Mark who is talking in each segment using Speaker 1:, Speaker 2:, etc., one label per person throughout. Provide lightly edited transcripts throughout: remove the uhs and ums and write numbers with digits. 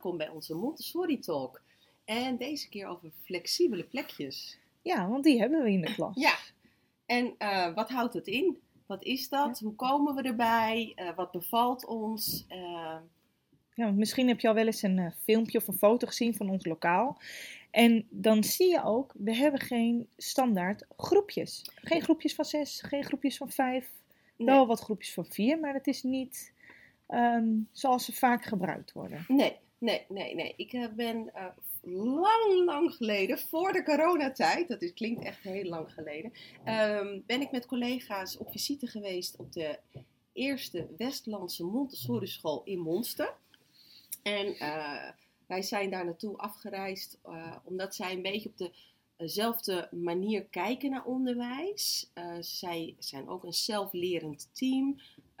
Speaker 1: welkom bij onze Montessori Talk. En deze keer over flexibele plekjes.
Speaker 2: Ja, want die hebben we in de klas.
Speaker 1: Ja, en wat houdt het in? Wat is dat? Hoe komen we erbij? Wat bevalt ons?
Speaker 2: Ja, want misschien heb je al wel eens een filmpje of een foto gezien van ons lokaal. En dan zie je ook, we hebben geen standaard groepjes. Geen groepjes van 6, geen groepjes van 5.
Speaker 1: Nee.
Speaker 2: Wel wat groepjes van 4, maar het is niet zoals ze vaak gebruikt worden.
Speaker 1: Nee. Ik ben lang geleden, voor de coronatijd, dat klinkt echt heel lang geleden, ben ik met collega's op visite geweest op de eerste Westlandse Montessori school in Monster. En wij zijn daar naartoe afgereisd omdat zij een beetje op dezelfde manier kijken naar onderwijs. Zij zijn ook een zelflerend team.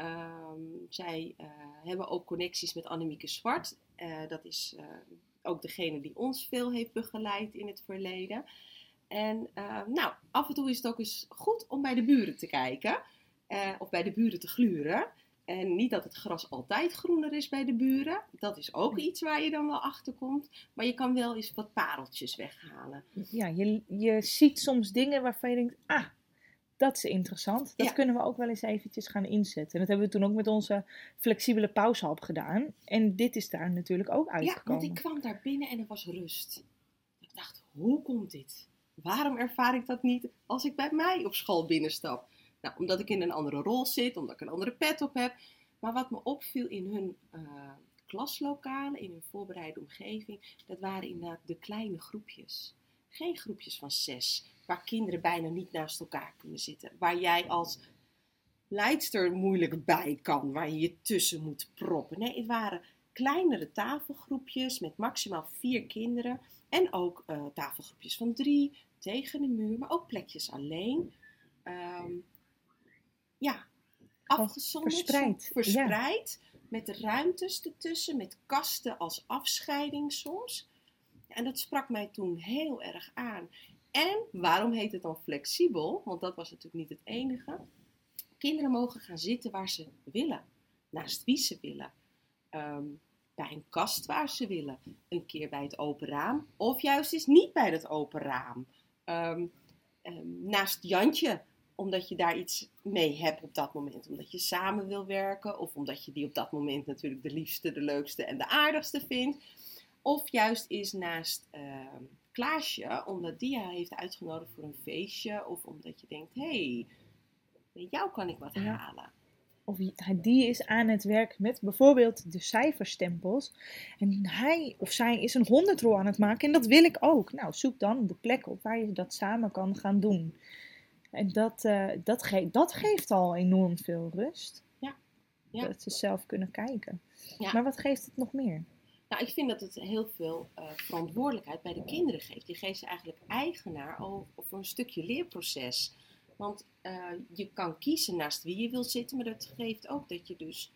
Speaker 1: Zij hebben ook connecties met Annemieke Zwart. Dat is ook degene die ons veel heeft begeleid in het verleden. En af en toe is het ook eens goed om bij de buren te kijken. Of bij de buren te gluren. En niet dat het gras altijd groener is bij de buren. Dat is ook iets waar je dan wel achter komt. Maar je kan wel eens wat pareltjes weghalen.
Speaker 2: Ja, je ziet soms dingen waarvan je denkt, dat is interessant. Dat kunnen we ook wel eens eventjes gaan inzetten. En dat hebben we toen ook met onze flexibele pauzehap gedaan. En dit is daar natuurlijk ook uitgekomen.
Speaker 1: Ja, want ik kwam daar binnen en er was rust. Ik dacht, hoe komt dit? Waarom ervaar ik dat niet als ik bij mij op school binnenstap? Nou, omdat ik in een andere rol zit, omdat ik een andere pet op heb. Maar wat me opviel in hun klaslokalen, in hun voorbereide omgeving, dat waren inderdaad de kleine groepjes. Geen groepjes van 6, waar kinderen bijna niet naast elkaar kunnen zitten. Waar jij als leidster moeilijk bij kan, waar je je tussen moet proppen. Nee, het waren kleinere tafelgroepjes met maximaal 4 kinderen. En ook tafelgroepjes van 3, tegen de muur, maar ook plekjes alleen. Afgezonderd, verspreid, met ruimtes ertussen, met kasten als afscheiding soms. En dat sprak mij toen heel erg aan. En waarom heet het dan flexibel? Want dat was natuurlijk niet het enige. Kinderen mogen gaan zitten waar ze willen, naast wie ze willen. Bij een kast waar ze willen, een keer bij het open raam, of juist eens niet bij het open raam. Naast Jantje, omdat je daar iets mee hebt op dat moment. Omdat je samen wil werken. Of omdat je die op dat moment natuurlijk de liefste, de leukste en de aardigste vindt. Of juist is naast Klaasje, omdat die jou heeft uitgenodigd voor een feestje. Of omdat je denkt, hé, met jou kan ik wat halen.
Speaker 2: Of die is aan het werk met bijvoorbeeld de cijferstempels. En hij of zij is een 100-rol aan het maken. En dat wil ik ook. Nou, zoek dan de plek op waar je dat samen kan gaan doen. En dat geeft al enorm veel rust. Ja. Dat ze zelf kunnen kijken. Ja. Maar wat geeft het nog meer?
Speaker 1: Nou, ik vind dat het heel veel verantwoordelijkheid bij de kinderen geeft. Je geeft ze eigenlijk eigenaar over een stukje leerproces. Want je kan kiezen naast wie je wilt zitten, maar dat geeft ook dat je dus,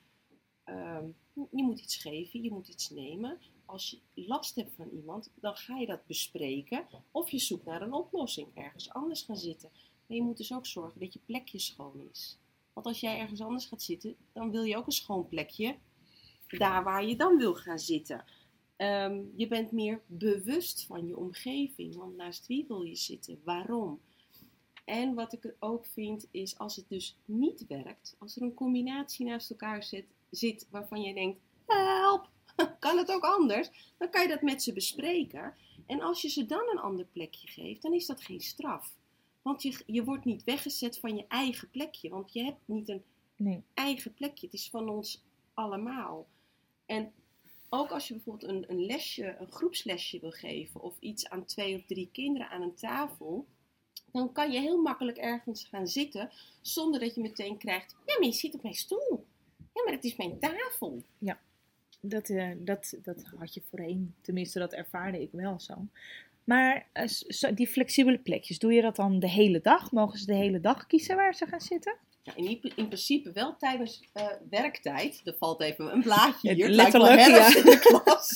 Speaker 1: je moet iets geven, je moet iets nemen. Als je last hebt van iemand, dan ga je dat bespreken of je zoekt naar een oplossing, ergens anders gaan zitten. Maar je moet dus ook zorgen dat je plekje schoon is. Want als jij ergens anders gaat zitten, dan wil je ook een schoon plekje, daar waar je dan wil gaan zitten. Je bent meer bewust van je omgeving, want naast wie wil je zitten, waarom? En wat ik ook vind is, als het dus niet werkt, als er een combinatie naast elkaar zit waarvan je denkt, help, kan het ook anders? Dan kan je dat met ze bespreken. En als je ze dan een ander plekje geeft, dan is dat geen straf. Want je wordt niet weggezet van je eigen plekje, want je hebt niet een eigen plekje. Het is van ons allemaal. En ook als je bijvoorbeeld een groepslesje wil geven of iets aan 2 of 3 kinderen aan een tafel, dan kan je heel makkelijk ergens gaan zitten zonder dat je meteen krijgt, ja, maar je zit op mijn stoel. Ja, maar het is mijn tafel.
Speaker 2: Ja, dat had je voorheen. Tenminste, dat ervaarde ik wel zo. Maar die flexibele plekjes, doe je dat dan de hele dag? Mogen ze de hele dag kiezen waar ze gaan zitten?
Speaker 1: Ja, in principe wel tijdens werktijd. Er valt even een blaadje hier.
Speaker 2: Letterlijk,
Speaker 1: in de klas.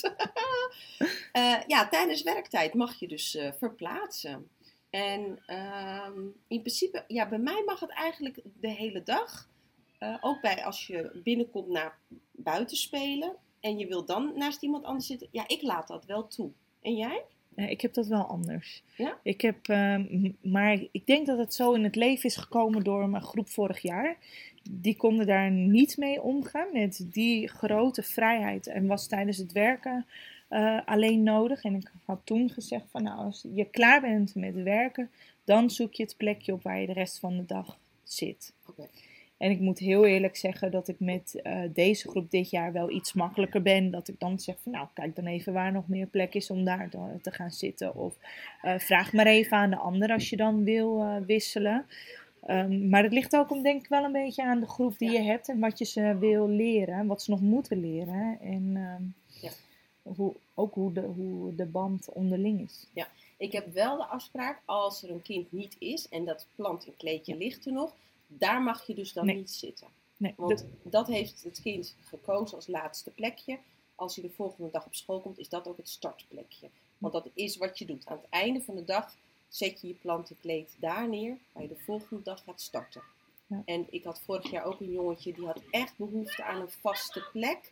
Speaker 1: Tijdens werktijd mag je dus verplaatsen. En in principe, bij mij mag het eigenlijk de hele dag. Ook als je binnenkomt naar buiten spelen. en je wil dan naast iemand anders zitten. Ja, ik laat dat wel toe. En jij?
Speaker 2: Ik heb dat wel anders.
Speaker 1: Ja?
Speaker 2: Maar ik denk dat het zo in het leven is gekomen door mijn groep vorig jaar. Die konden daar niet mee omgaan met die grote vrijheid. En was tijdens het werken alleen nodig. En ik had toen gezegd van nou, als je klaar bent met werken, dan zoek je het plekje op waar je de rest van de dag zit.
Speaker 1: Oké.
Speaker 2: En ik moet heel eerlijk zeggen dat ik met deze groep dit jaar wel iets makkelijker ben. Dat ik dan zeg van nou, kijk dan even waar nog meer plek is om daar te gaan zitten. Of vraag maar even aan de ander als je dan wil wisselen. Maar het ligt ook denk ik wel een beetje aan de groep die je hebt. En wat je ze wil leren. Wat ze nog moeten leren. En hoe de band onderling is.
Speaker 1: Ja, ik heb wel de afspraak als er een kind niet is en dat plant en kleedje ligt er nog. Daar mag je dus dan niet zitten.
Speaker 2: Nee,
Speaker 1: Want dat heeft het kind gekozen als laatste plekje. Als hij de volgende dag op school komt, is dat ook het startplekje. Want dat is wat je doet. Aan het einde van de dag zet je je plantenkleed daar neer, waar je de volgende dag gaat starten. Ja. En ik had vorig jaar ook een jongetje, die had echt behoefte aan een vaste plek.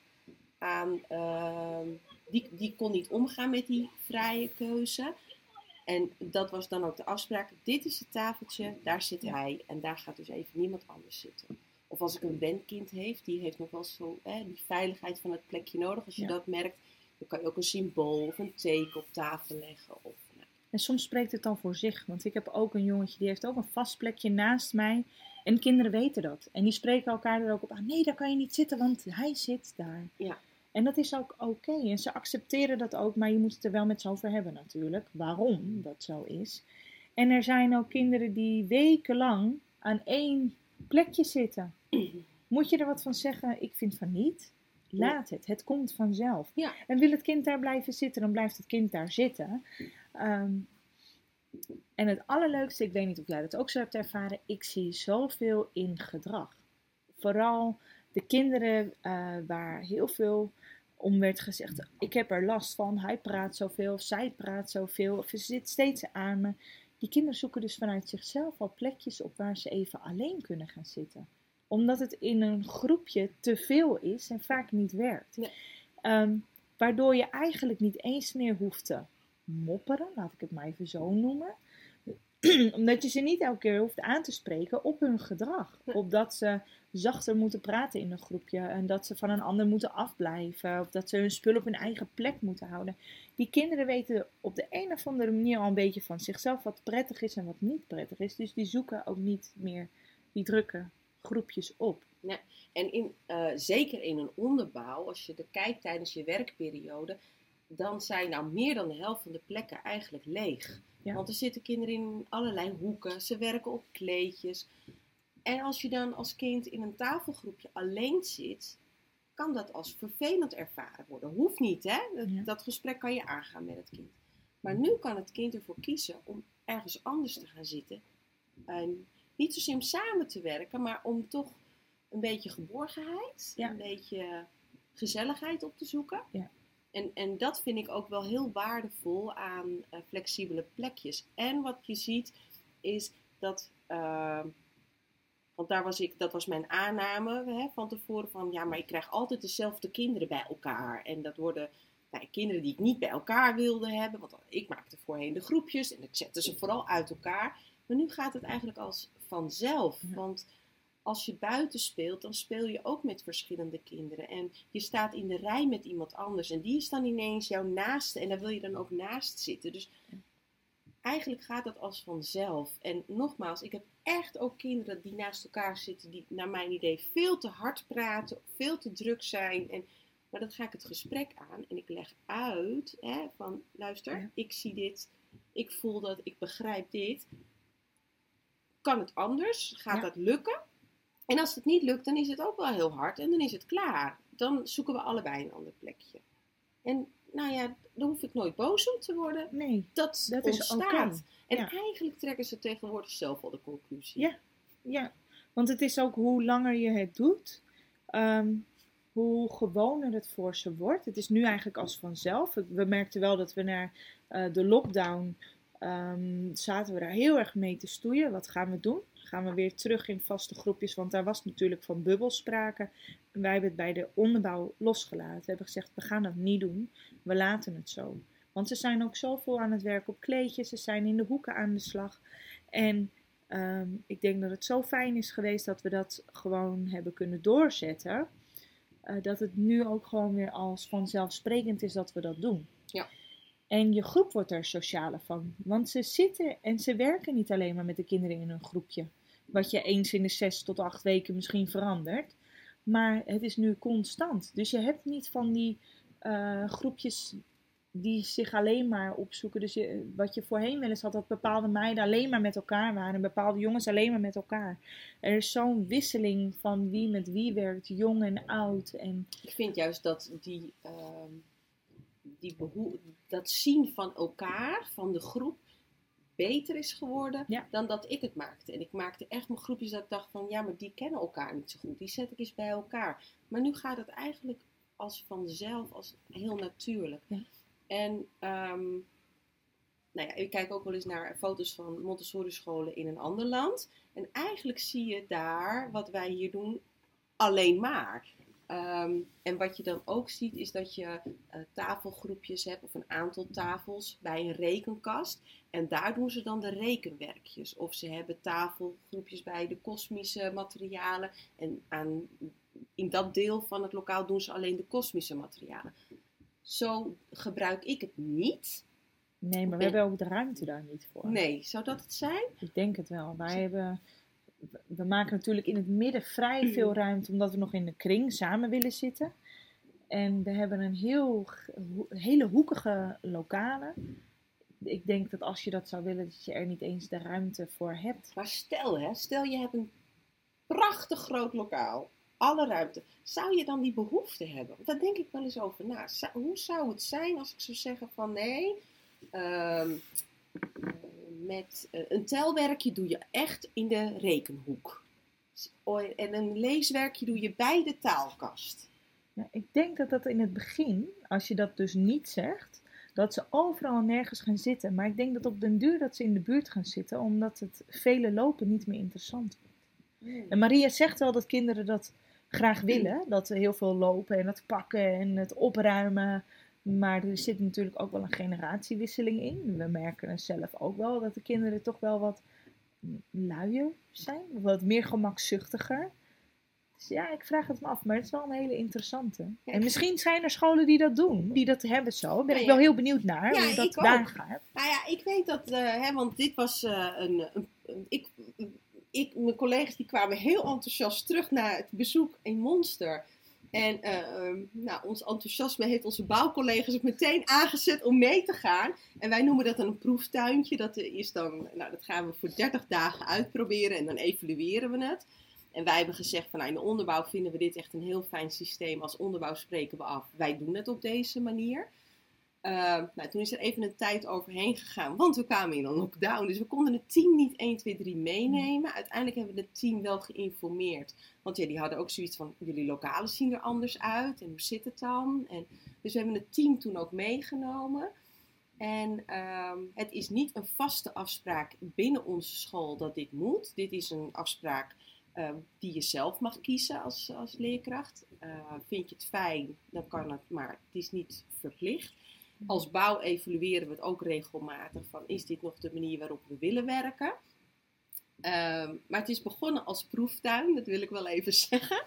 Speaker 1: Die kon niet omgaan met die vrije keuze. En dat was dan ook de afspraak. Dit is het tafeltje, daar zit hij. En daar gaat dus even niemand anders zitten. Of als ik een wendkind heeft, die heeft nog wel zo die veiligheid van het plekje nodig. Als je dat merkt, dan kan je ook een symbool of een teken op tafel leggen.
Speaker 2: En soms spreekt het dan voor zich. Want ik heb ook een jongetje, die heeft ook een vast plekje naast mij. En kinderen weten dat. En die spreken elkaar er ook op aan. Nee, daar kan je niet zitten, want hij zit daar.
Speaker 1: Ja.
Speaker 2: En dat is ook oké. En ze accepteren dat ook, maar je moet het er wel met ze over hebben natuurlijk. Waarom dat zo is. En er zijn ook kinderen die wekenlang aan één plekje zitten. Moet je er wat van zeggen? Ik vind van niet. Laat het. Het komt vanzelf.
Speaker 1: Ja.
Speaker 2: En wil het kind daar blijven zitten, dan blijft het kind daar zitten. En het allerleukste, ik weet niet of jij dat ook zo hebt ervaren, ik zie zoveel in gedrag. Vooral de kinderen waar heel veel om werd gezegd, ik heb er last van, hij praat zoveel, of zij praat zoveel, of ze zit steeds aan me. Die kinderen zoeken dus vanuit zichzelf al plekjes op waar ze even alleen kunnen gaan zitten. Omdat het in een groepje te veel is en vaak niet werkt. Nee. Waardoor je eigenlijk niet eens meer hoeft te mopperen, laat ik het maar even zo noemen. Omdat je ze niet elke keer hoeft aan te spreken op hun gedrag. Op dat ze zachter moeten praten in een groepje. En dat ze van een ander moeten afblijven. Of dat ze hun spullen op hun eigen plek moeten houden. Die kinderen weten op de een of andere manier al een beetje van zichzelf wat prettig is en wat niet prettig is. Dus die zoeken ook niet meer die drukke groepjes op.
Speaker 1: Nee. En zeker in een onderbouw, als je er kijkt tijdens je werkperiode, dan zijn nou meer dan de helft van de plekken eigenlijk leeg. Ja. Want er zitten kinderen in allerlei hoeken, ze werken op kleedjes. En als je dan als kind in een tafelgroepje alleen zit, kan dat als vervelend ervaren worden. Hoeft niet, hè? Dat gesprek kan je aangaan met het kind. Maar nu kan het kind ervoor kiezen om ergens anders te gaan zitten. Niet zozeer om samen te werken, maar om toch een beetje geborgenheid, een beetje gezelligheid op te zoeken. Ja. En dat vind ik ook wel heel waardevol aan flexibele plekjes. En wat je ziet is dat, want dat was mijn aanname van tevoren van, ja, maar ik krijg altijd dezelfde kinderen bij elkaar. En dat worden kinderen die ik niet bij elkaar wilde hebben, want ik maakte voorheen de groepjes en ik zette ze vooral uit elkaar. Maar nu gaat het eigenlijk als vanzelf, want als je buiten speelt, dan speel je ook met verschillende kinderen. En je staat in de rij met iemand anders. En die is dan ineens jouw naaste. En daar wil je dan ook naast zitten. Dus eigenlijk gaat dat als vanzelf. En nogmaals, ik heb echt ook kinderen die naast elkaar zitten. Die naar mijn idee veel te hard praten. Veel te druk zijn. Maar dan ga ik het gesprek aan. En ik leg uit van luister, ik zie dit. Ik voel dat, ik begrijp dit. Kan het anders? Gaat dat lukken? En als het niet lukt, dan is het ook wel heel hard en dan is het klaar. Dan zoeken we allebei een ander plekje. En nou ja, dan hoef ik nooit boos om te worden.
Speaker 2: Nee,
Speaker 1: dat
Speaker 2: ontstaat.
Speaker 1: Is okay. En eigenlijk trekken ze tegenwoordig zelf al de conclusie.
Speaker 2: Ja, want het is ook hoe langer je het doet, hoe gewoner het voor ze wordt. Het is nu eigenlijk als vanzelf. We merkten wel dat we naar de lockdown zaten we daar heel erg mee te stoeien. Wat gaan we doen? Gaan we weer terug in vaste groepjes? Want daar was natuurlijk van bubbels sprake. En wij hebben het bij de onderbouw losgelaten. We hebben gezegd, we gaan dat niet doen. We laten het zo. Want ze zijn ook zoveel aan het werk op kleedjes. Ze zijn in de hoeken aan de slag. En ik denk dat het zo fijn is geweest dat we dat gewoon hebben kunnen doorzetten. Dat het nu ook gewoon weer als vanzelfsprekend is dat we dat doen.
Speaker 1: Ja.
Speaker 2: En je groep wordt er socialer van. Want ze zitten en ze werken niet alleen maar met de kinderen in een groepje. Wat je eens in de 6 tot 8 weken misschien verandert. Maar het is nu constant. Dus je hebt niet van die groepjes die zich alleen maar opzoeken. Dus wat je voorheen wel eens had, dat bepaalde meiden alleen maar met elkaar waren. En bepaalde jongens alleen maar met elkaar. Er is zo'n wisseling van wie met wie werkt, jong en oud. En
Speaker 1: Ik vind juist dat dat zien van elkaar, van de groep, beter is geworden dan dat ik het maakte. En ik maakte echt mijn groepjes dat ik dacht van, ja, maar die kennen elkaar niet zo goed. Die zet ik eens bij elkaar. Maar nu gaat het eigenlijk als vanzelf, als heel natuurlijk.
Speaker 2: Ja.
Speaker 1: En ik kijk ook wel eens naar foto's van Montessori scholen in een ander land. En eigenlijk zie je daar, wat wij hier doen, alleen maar. En wat je dan ook ziet is dat je tafelgroepjes hebt of een aantal tafels bij een rekenkast. En daar doen ze dan de rekenwerkjes. Of ze hebben tafelgroepjes bij de kosmische materialen. En in dat deel van het lokaal doen ze alleen de kosmische materialen. Zo gebruik ik het niet.
Speaker 2: Nee, maar we hebben ook de ruimte daar niet voor.
Speaker 1: Nee, zou dat het zijn?
Speaker 2: Ik denk het wel. We maken natuurlijk in het midden vrij veel ruimte, omdat we nog in de kring samen willen zitten. En we hebben een hele hoekige lokale. Ik denk dat als je dat zou willen, dat je er niet eens de ruimte voor hebt.
Speaker 1: Maar stel je hebt een prachtig groot lokaal. Alle ruimte. Zou je dan die behoefte hebben? Daar denk ik wel eens over na. Hoe zou het zijn als ik zou zeggen van nee, met een telwerkje doe je echt in de rekenhoek. En een leeswerkje doe je bij de taalkast.
Speaker 2: Ja, ik denk dat in het begin, als je dat dus niet zegt, dat ze overal en nergens gaan zitten. Maar ik denk dat op den duur dat ze in de buurt gaan zitten, omdat het vele lopen niet meer interessant wordt. En Maria zegt wel dat kinderen dat graag willen. Dat ze heel veel lopen en het pakken en het opruimen. Maar er zit natuurlijk ook wel een generatiewisseling in. We merken het zelf ook wel dat de kinderen toch wel wat luier zijn. Wat meer gemakzuchtiger. Dus ja, ik vraag het me af. Maar het is wel een hele interessante. Ja, en misschien zijn er scholen die dat doen. Die dat hebben zo. Daar ben ik wel heel benieuwd naar. Hoe dat daar gaat.
Speaker 1: Nou ja, ik weet dat... want dit was mijn collega's die kwamen heel enthousiast terug naar het bezoek in Monster. En ons enthousiasme heeft onze bouwcollega's ook meteen aangezet om mee te gaan. En wij noemen dat een proeftuintje. Dat is dan, dat gaan we voor 30 dagen uitproberen en dan evalueren we het. En wij hebben gezegd van in de onderbouw vinden we dit echt een heel fijn systeem. Als onderbouw spreken we af. Wij doen het op deze manier. Toen is er even een tijd overheen gegaan, want we kwamen in een lockdown. Dus we konden het team niet 1, 2, 3 meenemen. Uiteindelijk hebben we het team wel geïnformeerd. Want die hadden ook zoiets van, jullie lokalen zien er anders uit. En hoe zit het dan? Dus we hebben het team toen ook meegenomen. En het is niet een vaste afspraak binnen onze school dat dit moet. Dit is een afspraak die je zelf mag kiezen als leerkracht. Vind je het fijn, dan kan het, maar het is niet verplicht. Als bouw evalueren we het ook regelmatig van, is dit nog de manier waarop we willen werken? Maar het is begonnen als proeftuin, dat wil ik wel even zeggen.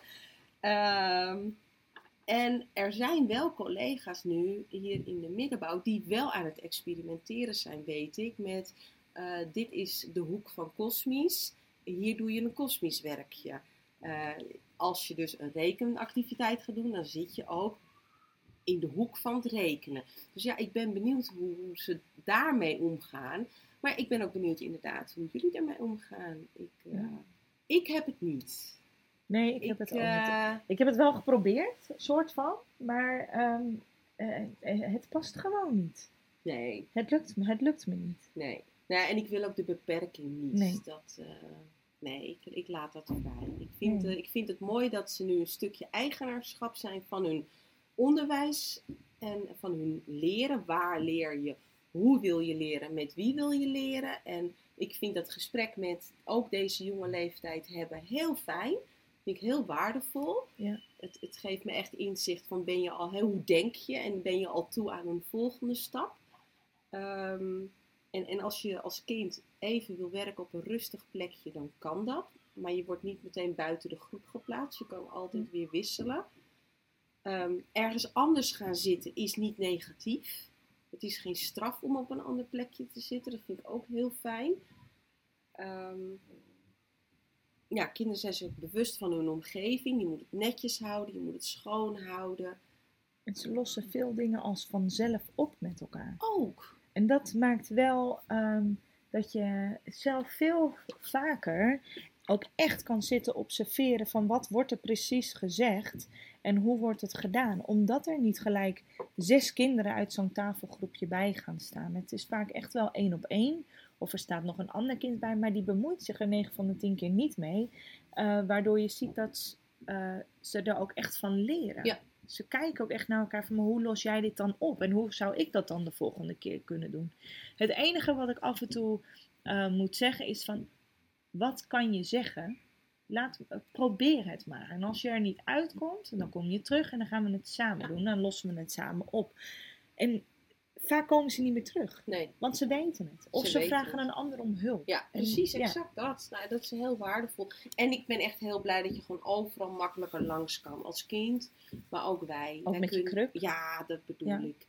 Speaker 1: En er zijn wel collega's nu hier in de middenbouw die wel aan het experimenteren zijn, weet ik. Met dit is de hoek van Kosmisch, hier doe je een kosmisch werkje. Als je dus een rekenactiviteit gaat doen, dan zit je ook in de hoek van het rekenen. Dus ja, ik ben benieuwd hoe ze daarmee omgaan. Maar ik ben ook benieuwd inderdaad hoe jullie daarmee omgaan. Ik heb het niet.
Speaker 2: Nee, ik heb het ook niet. Ik heb het wel geprobeerd, soort van. Maar het past gewoon niet.
Speaker 1: Nee.
Speaker 2: Het lukt me niet.
Speaker 1: Nee. En ik wil ook de beperking niet.
Speaker 2: Nee.
Speaker 1: Ik laat dat erbij. Ik vind het mooi dat ze nu een stukje eigenaarschap zijn van hun onderwijs en van hun leren. Waar leer je? hoe wil je leren, met wie wil je leren. En ik vind dat gesprek met ook deze jonge leeftijd hebben heel fijn. Vind ik heel waardevol.
Speaker 2: Ja.
Speaker 1: Het geeft me echt inzicht van hoe denk je en ben je al toe aan een volgende stap. En als je als kind even wil werken op een rustig plekje, dan kan dat. Maar je wordt niet meteen buiten de groep geplaatst. Je kan altijd weer wisselen. Ergens anders gaan zitten is niet negatief. Het is geen straf om op een ander plekje te zitten. Dat vind ik ook heel fijn. Kinderen zijn zich bewust van hun omgeving. Je moet het netjes houden. Je moet het schoon houden.
Speaker 2: En ze lossen veel dingen als vanzelf op met elkaar.
Speaker 1: Ook.
Speaker 2: En dat maakt wel dat je zelf veel vaker ook echt kan zitten observeren van wat wordt er precies gezegd en hoe wordt het gedaan. Omdat er niet gelijk 6 kinderen uit zo'n tafelgroepje bij gaan staan. Het is vaak echt wel 1 op 1. Of er staat nog een ander kind bij, maar die bemoeit zich er 9 van de 10 keer niet mee. Waardoor je ziet dat ze er ook echt van leren.
Speaker 1: Ja.
Speaker 2: Ze kijken ook echt naar elkaar van, maar hoe los jij dit dan op? En hoe zou ik dat dan de volgende keer kunnen doen? Het enige wat ik af en toe moet zeggen is van, wat kan je zeggen? Probeer het maar. En als je er niet uitkomt, dan kom je terug en dan gaan we het samen doen. Dan lossen we het samen op. En vaak komen ze niet meer terug.
Speaker 1: Nee.
Speaker 2: Want ze weten het. Of ze vragen een ander om hulp.
Speaker 1: Ja, precies, exact dat. Nou, dat is heel waardevol. En ik ben echt heel blij dat je gewoon overal makkelijker langs kan. Als kind, maar ook wij.
Speaker 2: Ook
Speaker 1: wij
Speaker 2: met je kruk?
Speaker 1: Ja, dat bedoel ik.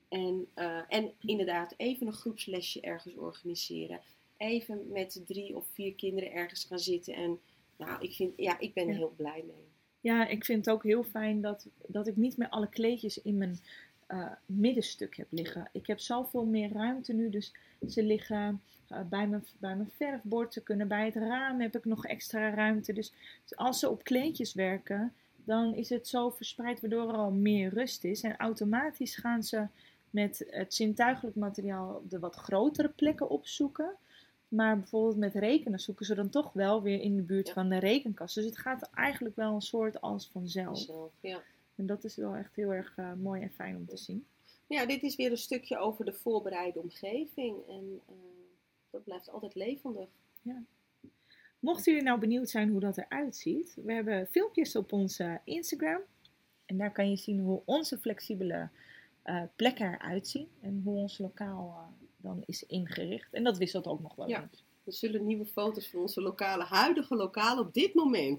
Speaker 1: En inderdaad, even een groepslesje ergens organiseren. Even met 3 of 4 kinderen ergens gaan zitten. En nou, ik ben er heel blij mee.
Speaker 2: Ja, ik vind het ook heel fijn dat ik niet meer alle kleedjes in mijn middenstuk heb liggen. Ik heb zoveel meer ruimte nu, dus ze liggen bij mijn verfbord. Ze kunnen bij het raam, heb ik nog extra ruimte. Dus als ze op kleedjes werken, dan is het zo verspreid waardoor er al meer rust is. En automatisch gaan ze met het zintuigelijk materiaal de wat grotere plekken opzoeken. Maar bijvoorbeeld met rekenen zoeken ze dan toch wel weer in de buurt van de rekenkast. Dus het gaat eigenlijk wel een soort als vanzelf.
Speaker 1: Ja.
Speaker 2: En dat is wel echt heel erg mooi en fijn om te zien.
Speaker 1: Ja, dit is weer een stukje over de voorbereide omgeving. En dat blijft altijd levendig.
Speaker 2: Ja. Mochten jullie nou benieuwd zijn hoe dat eruit ziet. We hebben filmpjes op onze Instagram. En daar kan je zien hoe onze flexibele plekken eruit zien. En hoe ons lokaal dan is ingericht. En dat wisselt ook nog wel eens.
Speaker 1: Er zullen nieuwe foto's van onze huidige lokale op dit moment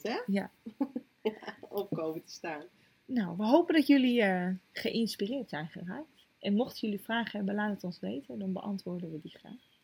Speaker 1: opkomen te staan.
Speaker 2: Nou, we hopen dat jullie geïnspireerd zijn geraakt. En mochten jullie vragen hebben, laat het ons weten. Dan beantwoorden we die graag.